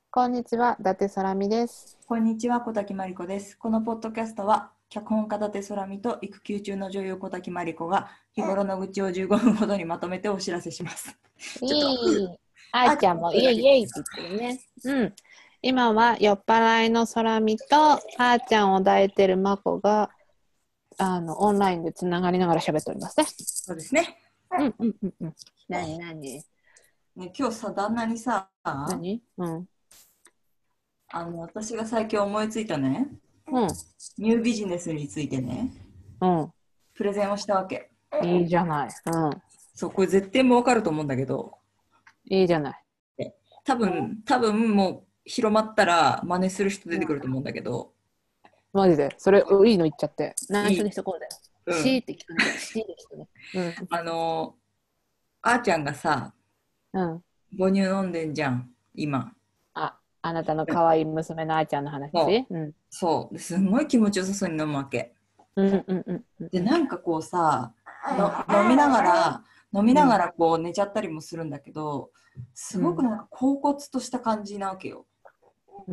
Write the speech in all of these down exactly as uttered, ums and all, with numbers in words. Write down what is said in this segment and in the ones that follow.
こんにちは、伊達空美です。 こんにちは、小滝真理子です。このポッドキャストは、脚本家伊達空美と育休中の女優小滝真理子が日頃の愚痴をじゅうごふんほどにまとめてお知らせします。ちょっと、 いい。ああーちゃんーちゃんもイエイイエイって言ってるね。うん。今は酔っ払いの空美とあーちゃんを抱いてるまこがあのオンラインでつながりながら喋っておりますね。 そうですね。 うんうんうんうん。何何ね、今日さ、旦那にさ、あ何うん。 の、私が最近思いついたね、 うんニュービジネスについてね、 うプレゼンをしたわけ。 ん。いいじゃない。うそう、これ絶対儲かると思うんだけど、 ん。いいじゃない。 多分、多分もう広まったら真似する人出うん。 てくると思うんだけど、 マジで。それ、いいの言っちゃって。内緒いい。 にしとこうだよ。 うん。 シーって聞くね。シーでしてね。うん。 あの、あーちゃんがさ、 うん。 母乳飲んでんじゃん、今。 あ、あなたの可愛い娘のあーちゃんのそう、 話。うん。 そう。ですんごい気持ちよさそうに飲むわけ。 うんうんうんうんで、 うん。 なんかこうさ、の飲みながら、飲みながうんらこう寝ちゃったりもするんだけど、すごくなんか恍惚とした感じなわけよ。 うん。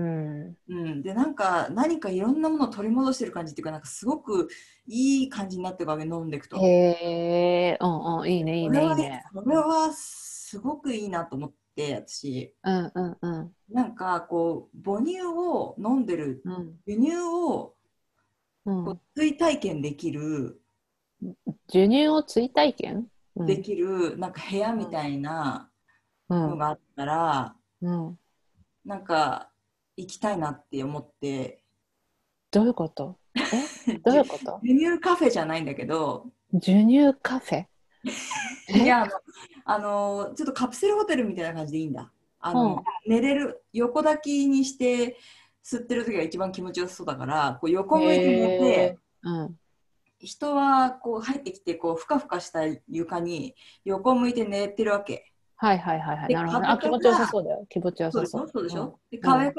うん、で、なんか何かいろんなものを取り戻してる感じっていうか、なんかすごくいい感じになってるわけ、飲んでいくと。 へえ、うんうん、いいね、いいね、いこれは、 いね。 これはすごくいいなと思って、私。 うんうんうん。 なんかこう、母乳を飲んでる、 うん。 輸入をうん。 追体験できる、 授乳を追体験うん。 できる、なんか部屋うん。 みたいなうん。 のがあったら、 うん。 なんか行きたいなって思って、 どういうことえどうじゅいうこと輸入カフェじゃないんだけど、 授乳カフェえいや、あの、あのちょっとカプセルホテルみたいな感じでいいんだ。あの、 うん。 寝れる、横抱きにして吸ってる時が一番気持ちよさそうだから、こう横向いて寝て、 へえ。うん。 人はこう入ってきて、こう、ふかふかした床に横向いて寝てるわけ。 はいはいはいはい。 で、 なるほどね。あ、気壁か持ちよさら、 そうだよ。気持ちよそうでしょさそそうでしう。 ょで、 うん。 壁から、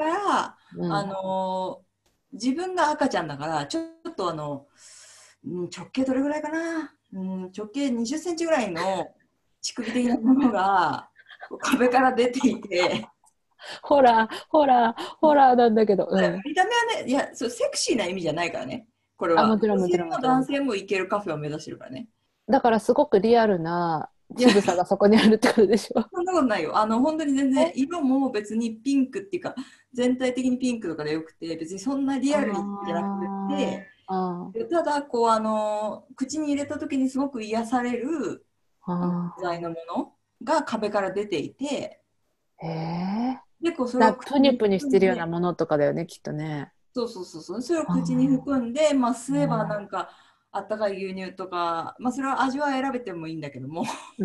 あうん。 のー自分が赤ちゃんだから、ちょっとあの、うん直径どれぐらいかな、うん、直径にじゅっセンチぐらいの乳首的なものがこう壁から出ていて、 ホラー、ホラー、ホラーなんだけど。うん。 見た目はね、いや、そうセクシーな意味じゃないからね、これあ、 は。 もちろんもちろんも女性もちろん。 男性も行けるカフェを目指してるからね。 だからすごくリアルないや、 仕草がそこにあるってことでしょ。 そんなことないよ。あの、本当に全然、 え色も別にピンクっていうか、全体的にピンクとかでよくて、別にそんなリアルにじゃなくあて、 あ、 ただ、こう、あの、口に入れた時にすごく癒されるあのあ素材のものが壁から出ていて、 あ、へえ。 で、こう、それだ、 を口にプニプニしてるような含んで、 ものとかだよね、きっとね。 そうそうそうそう、それを口にあ含んで、まあ、吸えばなあ、 んか、あったかい牛乳とか、まあ、それは味は選べてもいいんだけども、 うん、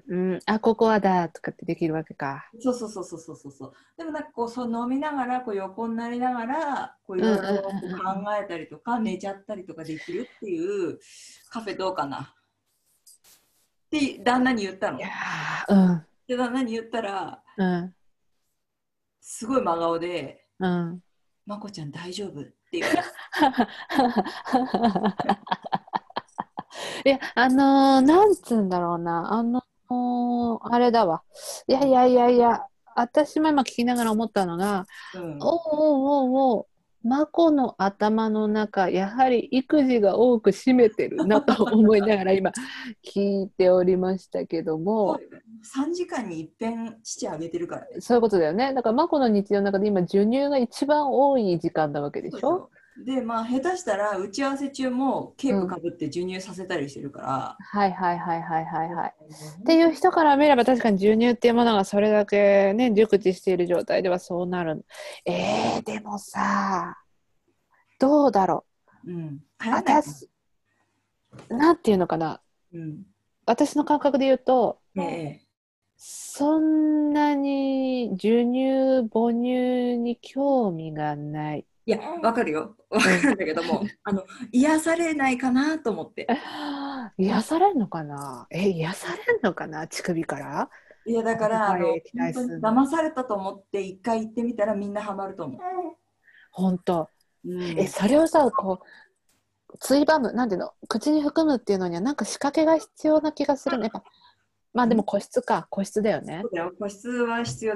うん、あ、ここはだとかってできるわけか。 そうそうそうそうそうそうそう。でもなんかこう、そう飲みながら、こう横になりながら、こういうん、うん、 ろいろうん、 こう考うん。 えたりとか、寝ちゃったりとかできるっていうカフェどうかなって旦那に言ったいやの。 ー、うん、 で、旦那に言ったら、 うん、 すごい真顔で、 うん。 まこちゃん大丈夫って言われた。 いや、あのーなんつうんだろうな、あのーあれだわ。いやいやいやいや、私も今聞きながら思ったのが、 うん。 おうおうおうおう、マコの頭の中、やはり育児が多く占めてるなと思いながら今聞いておりましたけども、 そうよね。さんじかんに一遍乳あげてるからね。 そういうことだよね。だからマコの日常の中で今授乳が一番多い時間なわけでしょ。 そうでしょ。で、まあ、下手したら打ち合わせ中もケープうん。 かぶって授乳させたりしてるから、 はいはいはいはいはいはい。っていう本当に、 人から見れば確かに授乳っていうものがそれだけね、熟知している状態ではそうなる。えー、でもさ、どうだろうん、 う。 流行んないかな。 私、なんていうのかな。 うん。 私の感覚で言うと、 ええ。 そんなに授乳、母乳に興味がない。 いや、わかるよ。わかうん。 るんだけども、あの、癒されないかなと思って。 癒されんのかなえ、癒されんのかな乳首からいや、だから、あの、 温かい液本当に体数の。 騙されたと思って一回行ってみたらみんなハマると思本当。 う。うえ、 ん。 それをさ、こう、ついばむ、なんていうの、口に含むっていうのにはなんか仕掛けが必要な気がするね。やっぱ、まあうん、 でも個室か、個室だよね。 そうだよ。個室は必要だよ。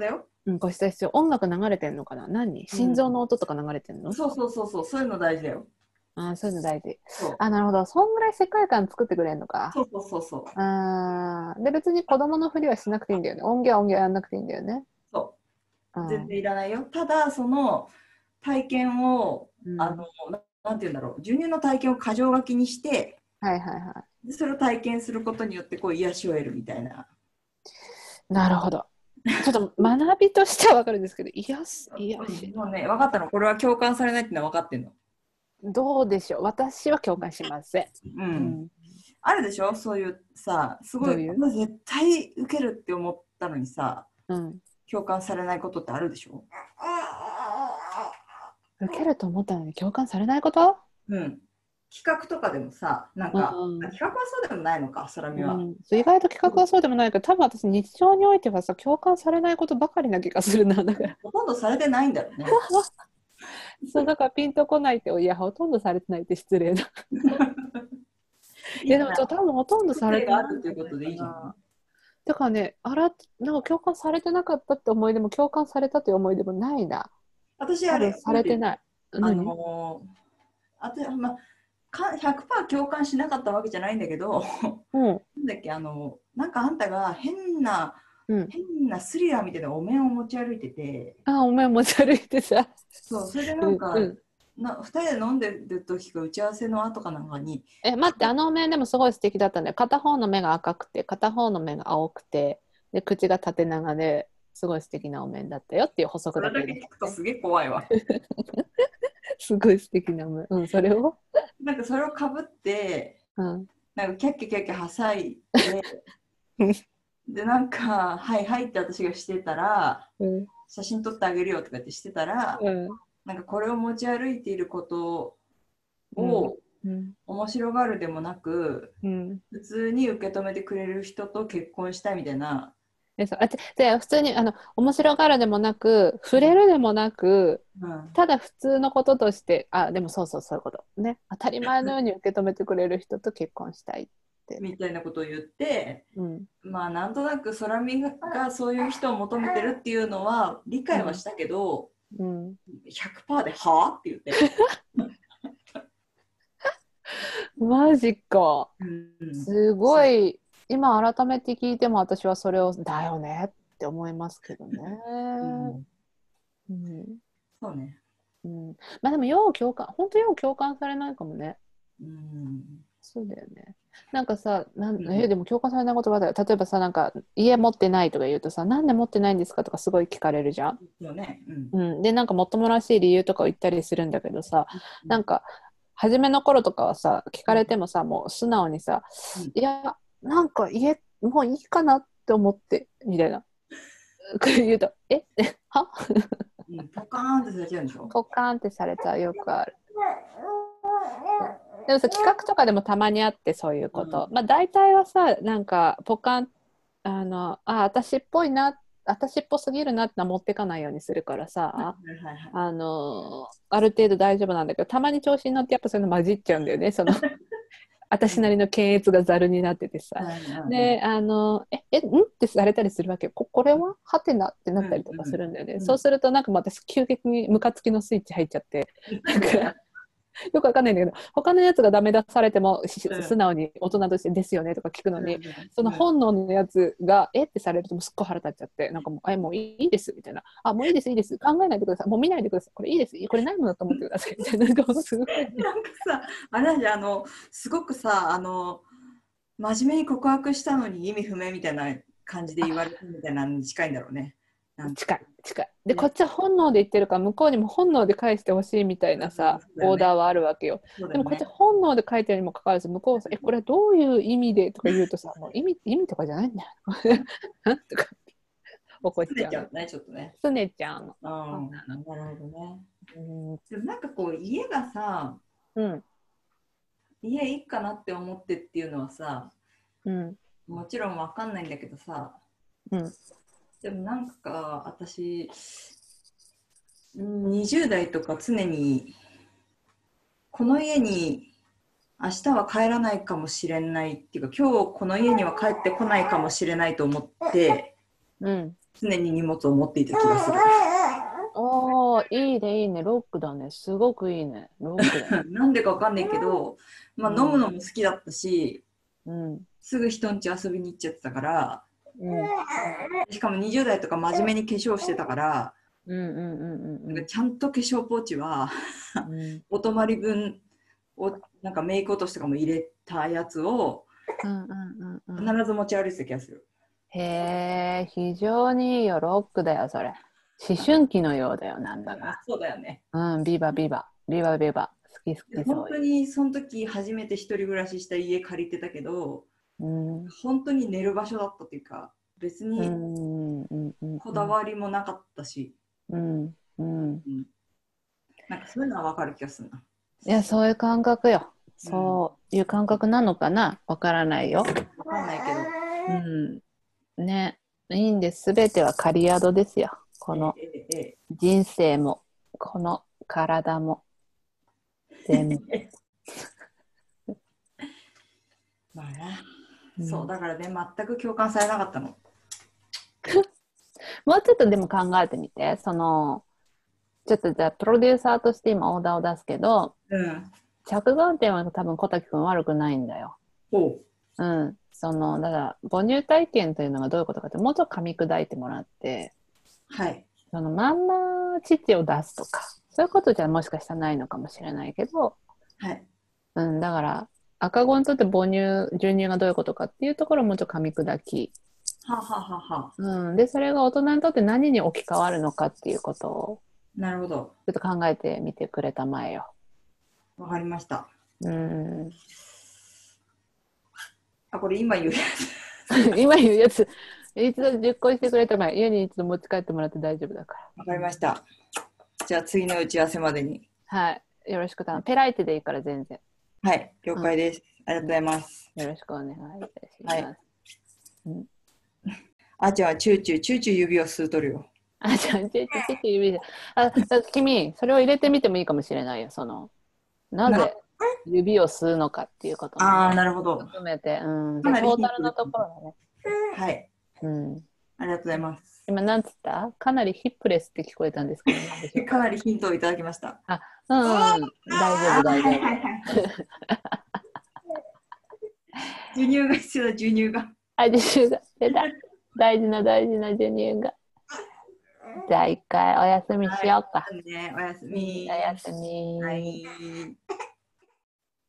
うん、個室は必要。音楽流れてんのかな、何心臓の音とか流れてんの、 うん、そうそうそうそう、そういうの大事だよ。 あ、そういうの大事。 そう。 あ、なるほど。そんぐらい世界観作ってくれるのか。 そうそうそうそう。 あーで、別に子供のふりはしなくていいんだよね。音源は音源やんなくていいんだよね。 そう。全うん。 然いらないよ。ただ、その体験を、あの、 うん。 ななんて言うんだろう、授乳の体験を箇条書きにして、 はいはいはでそれを体験することによってこう癒しを得るみたいな。 い。なるほど。ちょっと学びとしては分かるんですけど、癒す、癒し。 もうね、分かったの。これは共感されないっていうのは分かってんの。 どうでしょう。私は共感しません。 うん。 うん。 あるでしょそういうさ、すごい、 どういう、 これ絶対受けるって思ったのにさ、 うん。 共感されないことってあるでしょ？ 受けると思ったのに共感されないこと、 うん。企画とかでもさ、なんうか、 ん。 企画はそうでもないのか、サラミは。 うん、そう意外と企画はそうでもないけど、多分私日常においてはさ、共感されないことばかりな気がするな。だから、 ほとんどされてないんだろうね。 そう、だからピンとこないって、いや、ほとんどされてないって失礼だ。いや、でもいいじゃん。 多分ほとんどされ個性てないんじがあるっていうこゃないかとでいいじゃん。 な。だからね、あら、なんか共感されてなかったって思い出も、共感されたという思い出もないな。 私、あれ、 多分されてない。 あ何、 のー、あと、まあ、かひゃくパーセント共感しなかったわけじゃないんだけど、 うん、 なんだっけ、あの、なんかあんたが変な、 うん。 変なスリラーみたいなお面を持ち歩いてて、 あ、お前持ち歩いてさ。 そう、それでなうん、うんか、 ん。 なふたりで飲んでる時か打ち合わせの後かなんかに、 え、待って、あのお面でもすごい素敵だったんだよ。片方の目が赤くて、片方の目が青くて、で、口が縦長で、すごい素敵なお面だったよっていう補足それだけだけ聞くと入れてね。 すげえ怖いわ。 すごい素敵なお面。うん、それを。 なんかそれをかぶって、 うん。 なんかキャッキャキャッキャはしゃいで、で、なんか、はいはいって私がしてたら、 うん。 写真撮ってあげるよとか言ってしてたら、 うん。 なんかこれを持ち歩いていることうん。 をうん。 面白がるでもなく、 うん。 普通に受け止めてくれる人と結婚したいみたいな。 で、そう、あ、で、で普通に、あの、面白がるでもなく、触れるでもなく、 うん、 ただ普通のこととして、あ、でもそうそう、そういうこと。ね。当たり前のように受け止めてくれる人と結婚したいって。 みたいなことを言って、 うん。 まあなんとなく空見がそういう人を求めてるっていうのは理うん。 解はしたけど、 うん。 ひゃくパーセントではあって言って。 マジか。 うん、 すごそうい、今改めて聞いても私はそれを、だよねって思いますけどね。 うん、 うん。 そうね。 うん。まあでも、よう共感、本当よう共感されないかもね。 うん、 そうだよね。なんかさ、なん、え、 うん、 でも共感されない言葉だよ。例えばさ、なんか、家持ってないとか言うとさ、なんで持ってないんですかとかすごい聞かれるじゃん。 そうね。うん、 うん。で、なんかもっともらしい理由とかを言ったりするんだけどさ、 うん、 なんか、初めの頃とかはさ、聞かうん、 れてもさ、もう素直にさ、 うん、 いや、なんか家、もういいかなって思って、みたいな。言うと、えはうん、ポカーンってされちゃうんでしょ？ ポカーンってされたらよくある。でもさ、企画とかでもたまにあって、そういうこと。 うん、 まあ大体はさ、なんかポカン、あの、あ、私っぽいな、私っぽすぎるなってのは持ってかないようにするからさ、 はいはいはい。 あの、ある程度大丈夫なんだけど、たまに調子に乗ってやっぱそういうの混じっちゃうんだよね。その、私なりの検閲がざるになっててさ。で、あの、え、え、んってされたりするわけよ。こ、これははてなってなったりとかするんだよね。そうするとなんかもう私急激にムカつきのスイッチ入っちゃって、なんかよくわかんないんだけど、他のやつがダメ出されても素直に大人としてですよねとか聞くのに、その本能のやつがえってされるともうすっごい腹立っちゃって、なんかもう、え、もういいですみたいな。あ、もういいです、いいです。考えないでください。もう見ないでください。これいいです。これないものだと思ってください。みたいな。なんかすごい、ね。 なんかさ、あれなんじゃ、あの、すごくさ、あの、真面目に告白したのに意味不明みたいな感じで言われるみたいなのに近いんだろうね。なんか近い、近い。で、こね、 っちは本能で言ってるから、向こうにも本能で返してほしいみたいなうん、 さ、 そうだよね。 オーダーはあるわけよ。でもこっちそうだよね。 本能で書いてるにもかかわらず、向こうはさ、え、これどういう意味でとか言うとさ、もう意味、意味とかじゃないんだよ。とか怒っすちゃうの。 ねちゃうね、ちょっとね。 すねちゃうの。 うん、 そうなの。 なるほどね。 うん。 でもなんかこう、家がさ、 うん。 家いいかなって思ってっていうのはさ、 うん。 もちろんわかんないんだけどさ、 うん。 でもなんか私、にじゅう代とか常に、この家に明日は帰らないかもしれないっていうか、今日この家には帰ってこないかもしれないと思って、 うん。 常に荷物を持っていた気がする。 おー、いいね、いいね。ロックだね。すごくいいね。ロックだね。 なんでかわかんないけど、まあ、飲むのも好きだったし、 うん。 すぐ人ん家遊びに行っちゃってたから、 うん。 しかもにじゅう代とか真面目に化粧してたから、 うんうんうんうんなんかちゃんと化粧ポーチはうん。 お泊まり分をなんかメイク落としとかも入れたやつをうんうんうんうん。 必ず持ち歩いてた気がする。 へえ、非常にいいよ。ロックだよ、それ。思春期のようだよ、なんだか。 そうだよね。 うん、ビバビバ。ビバビバ。好き好き、そういう。 本当にその時初めて一人暮らしした家借りてたけど、 うん。 本当に寝る場所だったっていうか、別うにんうんうんこだわりもなかったし、 うんうん。 うん、なんかそういうのはわかる気がするな。 いや、そういう感覚よ。 うん、 そういう感覚なのかなわからないよ。 わかんないけど、 うん。ね。いいんです。すべては狩り宿ですよ。こえのえええ人生も、この体も、全部。 まあな、 うん、 そうだからね、全く共感されなかったの。 もうちょっとでも考えてみて。その、ちょっとじゃあ、プロデューサーとして今オーダーを出すけど、 うん。 着眼点は多分小滝くん悪くないんだよ。 ほうん。その、だから、母乳体験というのがどういうことかって、もうちょっと噛み砕いてもらって、 う。はい。 そのまんま乳を出すとか、そういうことじゃもしかしたらないのかもしれないけど、 はい。 うん、だから赤子にとって母乳、授乳がどういうことかっていうところをもうちょっと噛み砕き、 はははは。 うん、で、それが大人にとって何に置き換わるのかっていうことをなるほど。 ちょっと考えてみてくれたまえよ。 わかりました。 うん、 あ、これ今言うや今言うやつ、一度実行してくれたまえ、家に一度持ち帰ってもらって大丈夫だかつ。わかりました。じゃあ次の打ち合わせまでに。 ら。はい。よろしく頼む。ペライチでいいから全然。 はい。了解です。ありがとうございます。 よろしくお願いいたします。 はい。 うん、 あーちゃんはチューチュー、チューチュー指を吸うとるよ。 あ、じゃあ、ちょちょちょっと指で。あ、だ君、それを入れてみてもいいかもしれないよ。その、なな、 ぜ指を吸うのかっていうこともああ、なるほど。 含めて、うん、じゃあかなりヒントトータルのとですね。 ころだね。 はい。 うん。 ありがとうございます。 今、なんつったかなりヒップレスって聞こえたんですけど、なんでしょうか。 かなりヒントをいただきました。 あ、うん、うん、大丈夫、大丈夫。 授乳が必要だ、授乳が。 あ、授乳が出た。大事な大事な授乳が。じゃあ、一回お休みしようか。 はい、ね、おやすうん、 み。 おやすみ。 はい。